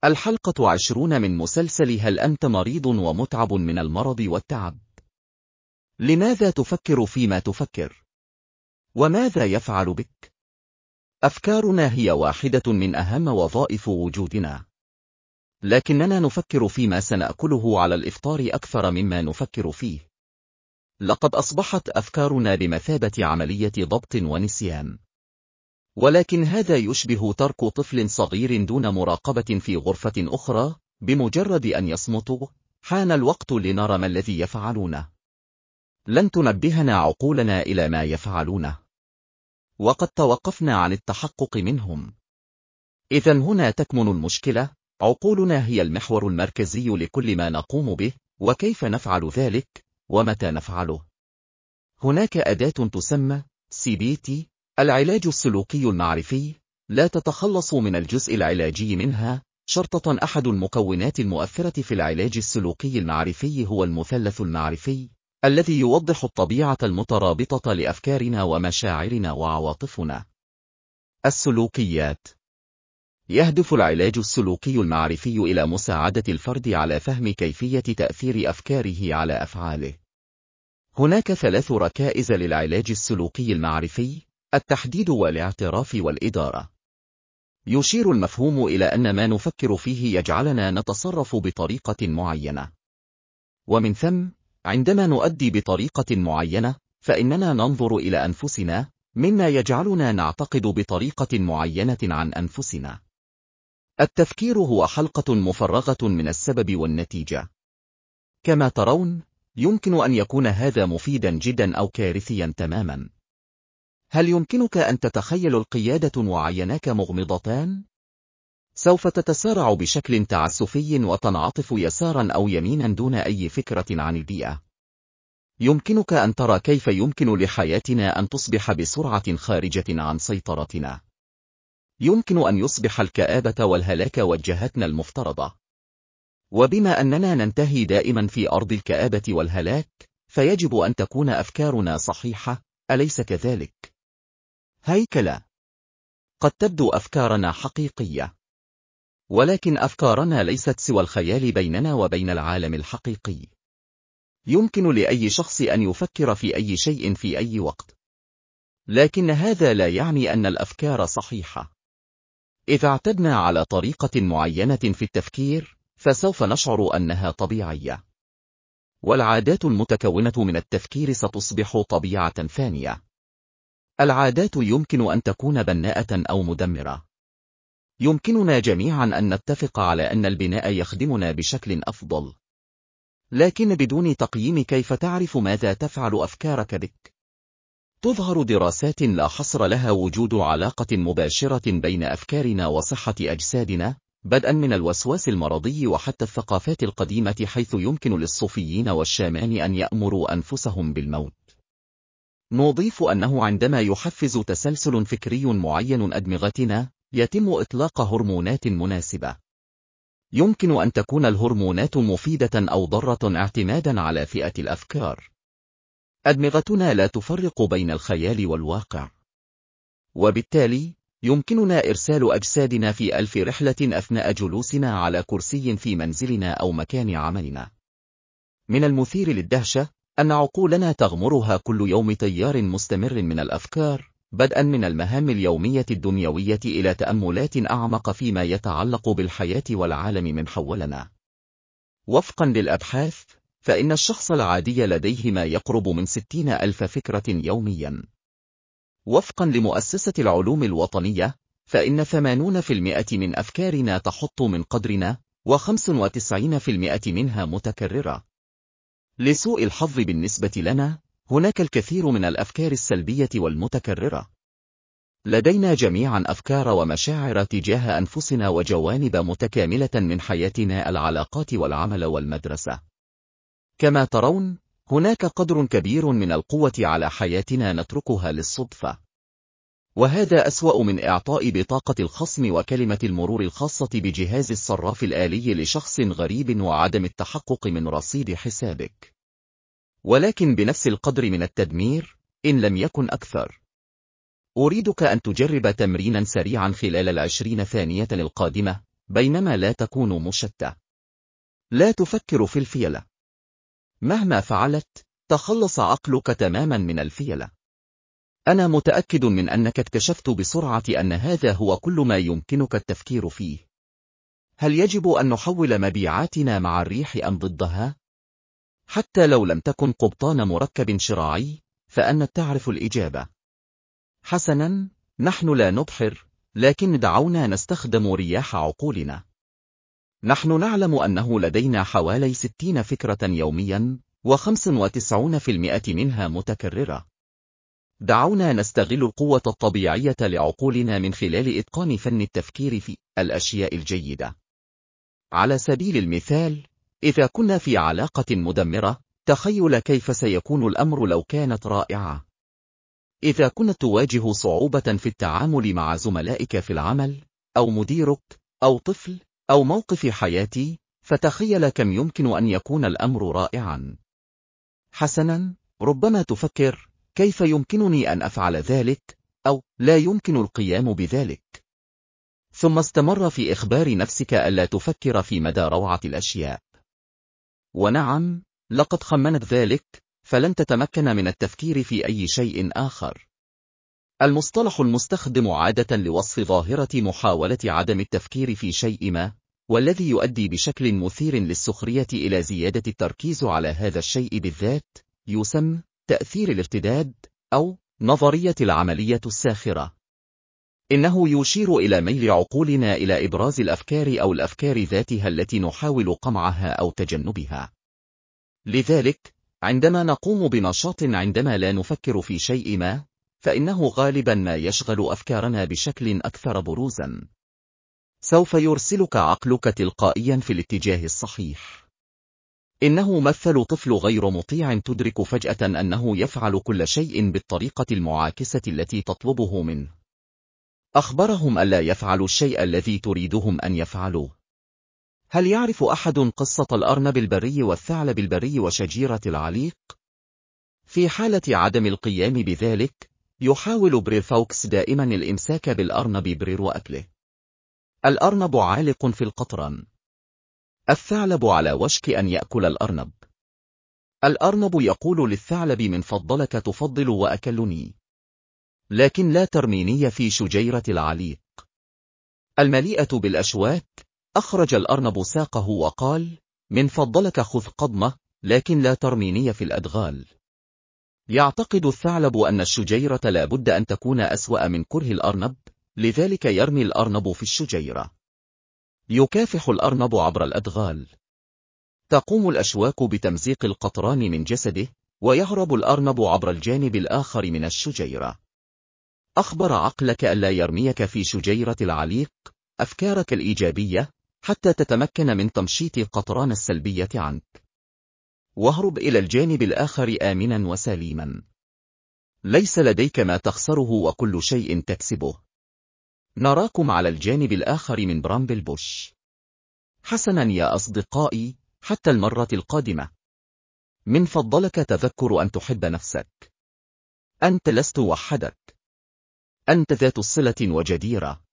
الحلقة 20 من مسلسل هل أنت مريض ومتعب من المرض والتعب؟ لماذا تفكر فيما تفكر؟ وماذا يفعل بك؟ أفكارنا هي واحدة من أهم وظائف وجودنا، لكننا نفكر فيما سنأكله على الإفطار أكثر مما نفكر فيه. لقد أصبحت أفكارنا بمثابة عملية ضبط ونسيان، ولكن هذا يشبه ترك طفل صغير دون مراقبة في غرفة أخرى. بمجرد أن يصمتوا حان الوقت لنرى ما الذي يفعلونه. لن تنبهنا عقولنا إلى ما يفعلونه، وقد توقفنا عن التحقق منهم. إذن هنا تكمن المشكلة. عقولنا هي المحور المركزي لكل ما نقوم به، وكيف نفعل ذلك، ومتى نفعله. هناك أداة تسمى CBT، العلاج السلوكي المعرفي. لا تتخلص من الجزء العلاجي منها شرطة. أحد المكونات المؤثرة في العلاج السلوكي المعرفي هو المثلث المعرفي، الذي يوضح الطبيعة المترابطة لأفكارنا ومشاعرنا وعواطفنا. السلوكيات. يهدف العلاج السلوكي المعرفي إلى مساعدة الفرد على فهم كيفية تأثير أفكاره على أفعاله. هناك 3 ركائز للعلاج السلوكي المعرفي: التحديد والاعتراف والإدارة. يشير المفهوم إلى أن ما نفكر فيه يجعلنا نتصرف بطريقة معينة، ومن ثم عندما نؤدي بطريقة معينة فإننا ننظر إلى أنفسنا، مما يجعلنا نعتقد بطريقة معينة عن أنفسنا. التفكير هو حلقة مفرغة من السبب والنتيجة. كما ترون، يمكن أن يكون هذا مفيدا جدا أو كارثيا تماما. هل يمكنك أن تتخيل القيادة وعيناك مغمضتان؟ سوف تتسارع بشكل تعسفي وتنعطف يسارا أو يمينا دون أي فكرة عن البيئة. يمكنك أن ترى كيف يمكن لحياتنا أن تصبح بسرعة خارجة عن سيطرتنا. يمكن أن يصبح الكآبة والهلاك وجهتنا المفترضة. وبما أننا ننتهي دائما في أرض الكآبة والهلاك، فيجب أن تكون أفكارنا صحيحة، أليس كذلك؟ هيكلة. قد تبدو أفكارنا حقيقية، ولكن أفكارنا ليست سوى الخيال بيننا وبين العالم الحقيقي. يمكن لأي شخص أن يفكر في أي شيء في أي وقت، لكن هذا لا يعني أن الأفكار صحيحة. إذا اعتدنا على طريقة معينة في التفكير، فسوف نشعر أنها طبيعية، والعادات المتكونة من التفكير ستصبح طبيعة ثانية. العادات يمكن أن تكون بناءة أو مدمرة. يمكننا جميعا أن نتفق على أن البناء يخدمنا بشكل أفضل، لكن بدون تقييم كيف تعرف ماذا تفعل أفكارك بك؟ تظهر دراسات لا حصر لها وجود علاقة مباشرة بين أفكارنا وصحة أجسادنا، بدءا من الوسواس المرضي وحتى الثقافات القديمة، حيث يمكن للصوفيين والشامان أن يأمروا أنفسهم بالموت. نضيف أنه عندما يحفز تسلسل فكري معين أدمغتنا، يتم إطلاق هرمونات مناسبة. يمكن أن تكون الهرمونات مفيدة أو ضارة اعتمادا على فئة الأفكار. أدمغتنا لا تفرق بين الخيال والواقع، وبالتالي يمكننا إرسال أجسادنا في 1000 رحلة أثناء جلوسنا على كرسي في منزلنا أو مكان عملنا. من المثير للدهشة أن عقولنا تغمرها كل يوم تيار مستمر من الأفكار، بدءا من المهام اليومية الدنيوية إلى تأملات أعمق فيما يتعلق بالحياة والعالم من حولنا. وفقا للأبحاث، فإن الشخص العادي لديه ما يقرب من 60,000 فكرة يوميا. وفقا لمؤسسة العلوم الوطنية، فإن 80% من أفكارنا تحط من قدرنا، و95% منها متكررة. لسوء الحظ بالنسبة لنا، هناك الكثير من الأفكار السلبية والمتكررة. لدينا جميعا أفكار ومشاعر تجاه أنفسنا وجوانب متكاملة من حياتنا، العلاقات والعمل والمدرسة. كما ترون، هناك قدر كبير من القوة على حياتنا نتركها للصدفة. وهذا أسوأ من إعطاء بطاقة الخصم وكلمة المرور الخاصة بجهاز الصراف الآلي لشخص غريب وعدم التحقق من رصيد حسابك. ولكن بنفس القدر من التدمير، إن لم يكن أكثر. أريدك أن تجرب تمرينا سريعا خلال 20 ثانية القادمة، بينما لا تكون مشتتة. لا تفكر في الفيلة. مهما فعلت، تخلص عقلك تماما من الفيلة. أنا متأكد من أنك اكتشفت بسرعة أن هذا هو كل ما يمكنك التفكير فيه. هل يجب أن نحول مبيعاتنا مع الريح أم ضدها؟ حتى لو لم تكن قبطان مركب شراعي، فأنت تعرف الإجابة. حسنا، نحن لا نبحر، لكن دعونا نستخدم رياح عقولنا. نحن نعلم أنه لدينا حوالي 60 فكرة يوميا، و95% منها متكررة. دعونا نستغل القوة الطبيعية لعقولنا من خلال إتقان فن التفكير في الأشياء الجيدة. على سبيل المثال، إذا كنا في علاقة مدمرة، تخيل كيف سيكون الأمر لو كانت رائعة. إذا كنت تواجه صعوبة في التعامل مع زملائك في العمل، أو مديرك، أو طفل، أو موقف حياتي، فتخيل كم يمكن أن يكون الأمر رائعا. حسنا، ربما تفكر: كيف يمكنني أن أفعل ذلك؟ أو لا يمكن القيام بذلك. ثم استمر في إخبار نفسك ألا تفكر في مدى روعة الأشياء. ونعم، لقد خمنت ذلك، فلن تتمكن من التفكير في أي شيء آخر. المصطلح المستخدم عادة لوصف ظاهرة محاولة عدم التفكير في شيء ما، والذي يؤدي بشكل مثير للسخرية إلى زيادة التركيز على هذا الشيء بالذات، يسمى تأثير الارتداد، أو نظرية العملية الساخرة. إنه يشير إلى ميل عقولنا إلى إبراز الأفكار أو الأفكار ذاتها التي نحاول قمعها أو تجنبها. لذلك، عندما نقوم بنشاط عندما لا نفكر في شيء ما، فإنه غالبا ما يشغل أفكارنا بشكل أكثر بروزا. سوف يرسلك عقلك تلقائيا في الاتجاه الصحيح. إنه مثل طفل غير مطيع تدرك فجأة أنه يفعل كل شيء بالطريقة المعاكسة التي تطلبه منه. أخبرهم ألا يفعلوا الشيء الذي تريدهم أن يفعلوه. هل يعرف أحد قصة الأرنب البري والثعلب البري وشجيرة العليق؟ في حالة عدم القيام بذلك، يحاول برير فوكس دائما الإمساك بالأرنب برير وأكله. الأرنب عالق في القطران. الثعلب على وشك أن يأكل الأرنب. الأرنب يقول للثعلب: من فضلك تفضل وأكلني، لكن لا ترميني في شجيرة العليق. المليئة بالأشواك، أخرج الأرنب ساقه وقال: من فضلك خذ قضمة، لكن لا ترميني في الأدغال. يعتقد الثعلب أن الشجيرة لا بد أن تكون أسوأ من كره الأرنب، لذلك يرمي الأرنب في الشجيرة. يكافح الأرنب عبر الأدغال. تقوم الأشواك بتمزيق القطران من جسده، ويهرب الأرنب عبر الجانب الآخر من الشجيرة. أخبر عقلك ألا يرميك في شجيرة العليق أفكارك الإيجابية، حتى تتمكن من تمشيط القطران السلبية عنك. واهرب إلى الجانب الآخر آمنا وسليما. ليس لديك ما تخسره وكل شيء تكسبه. نراكم على الجانب الآخر من برامبل بوش. حسنا يا أصدقائي، حتى المرة القادمة. من فضلك تذكر أن تحب نفسك. أنت لست وحدك. أنت ذات صلة وجديرة.